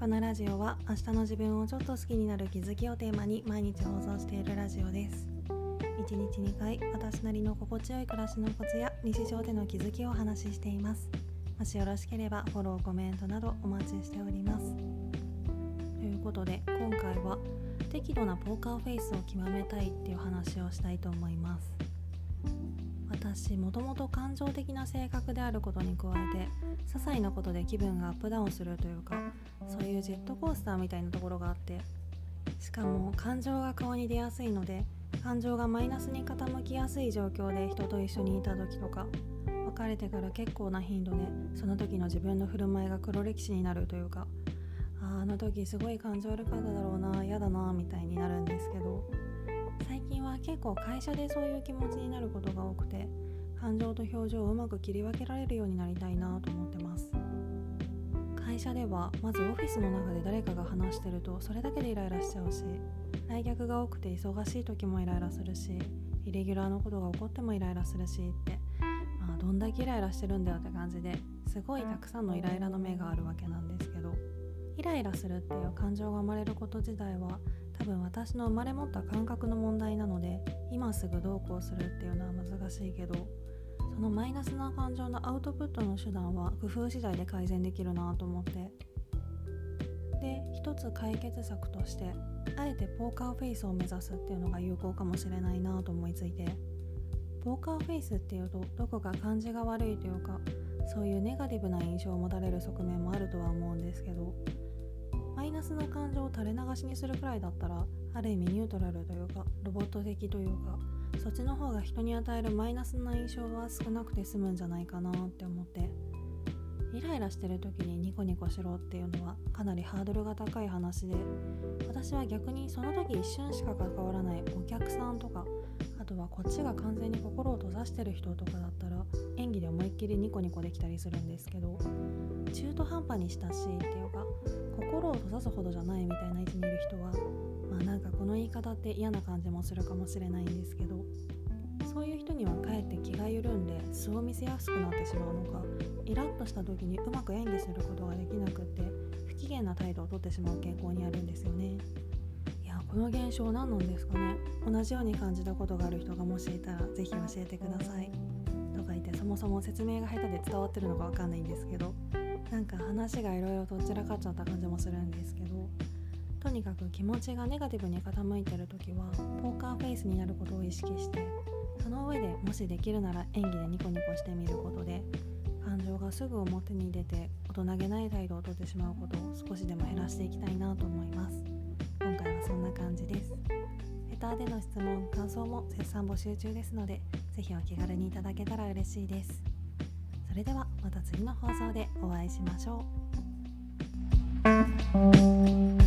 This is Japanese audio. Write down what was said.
このラジオは明日の自分をちょっと好きになる気づきをテーマに毎日放送しているラジオです。1日2回私なりの心地よい暮らしのコツや日常での気づきをお話ししています。もしよろしければフォロー、コメントなどお待ちしております。ということで今回は適度なポーカーフェイスを極めたいっていう話をしたいと思います。私もともと感情的な性格であることに加えて些細なことで気分がアップダウンするというか、そういうジェットコースターみたいなところがあって、しかも感情が顔に出やすいので、感情がマイナスに傾きやすい状況で人と一緒にいた時とか、別れてから結構な頻度でその時の自分の振る舞いが黒歴史になるというか、あの時すごい感情悪かっただろうな、嫌だなみたいになるんですけど、最近は結構会社でそういう気持ちになることが多くて、感情と表情をうまく切り分けられるようになりたいなと思ってます。会社ではまずオフィスの中で誰かが話してるとそれだけでイライラしちゃうし、来客が多くて忙しい時もイライラするし、イレギュラーのことが起こってもイライラするしって、どんだけイライラしてるんだよって感じで、すごいたくさんのイライラの目があるわけなんですけど、イライラするっていう感情が生まれること自体は多分私の生まれ持った感覚の問題なので、今すぐどうこうするっていうのは難しいけど、そのマイナスな感情のアウトプットの手段は工夫次第で改善できるなと思って、で一つ解決策としてあえてポーカーフェイスを目指すっていうのが有効かもしれないなと思いついて、ポーカーフェイスっていうとどこか感じが悪いというか、そういうネガティブな印象を持たれる側面もあるとは思うんですけど、マイナスな感情を垂れ流しにするくらいだったら、ある意味ニュートラルというかロボット的というか、そっちの方が人に与えるマイナスな印象は少なくて済むんじゃないかなって思って、イライラしてる時にニコニコしろっていうのはかなりハードルが高い話で、私は逆にその時一瞬しか関わらないお客さんとか、あとはこっちが完全に心を閉ざしてる人とかだったら演技で思いっきりニコニコできたりするんですけど、中途半端に親しいっていうか心を閉ざすほどじゃないみたいな位置にいる人は、なんかこの言い方って嫌な感じもするかもしれないんですけど、そういう人にはかえって気が緩んで素を見せやすくなってしまうのか、イラッとした時にうまく演技することができなくって不機嫌な態度をとってしまう傾向にあるんですよね。いや、この現象何なんですかね。同じように感じたことがある人がもしいたらぜひ教えてください。とか言って、そもそも説明が下手で伝わってるのかわかんないんですけど、なんか話がいろいろと散らかっちゃった感じもするんですけど、とにかく気持ちがネガティブに傾いてるときはポーカーフェイスになることを意識して、その上でもしできるなら演技でニコニコしてみることで、感情がすぐ表に出て大人げない態度をとってしまうことを少しでも減らしていきたいなと思います。今回はそんな感じです。レターでの質問、感想も絶賛募集中ですので、ぜひお気軽にいただけたら嬉しいです。それではまた次の放送でお会いしましょう。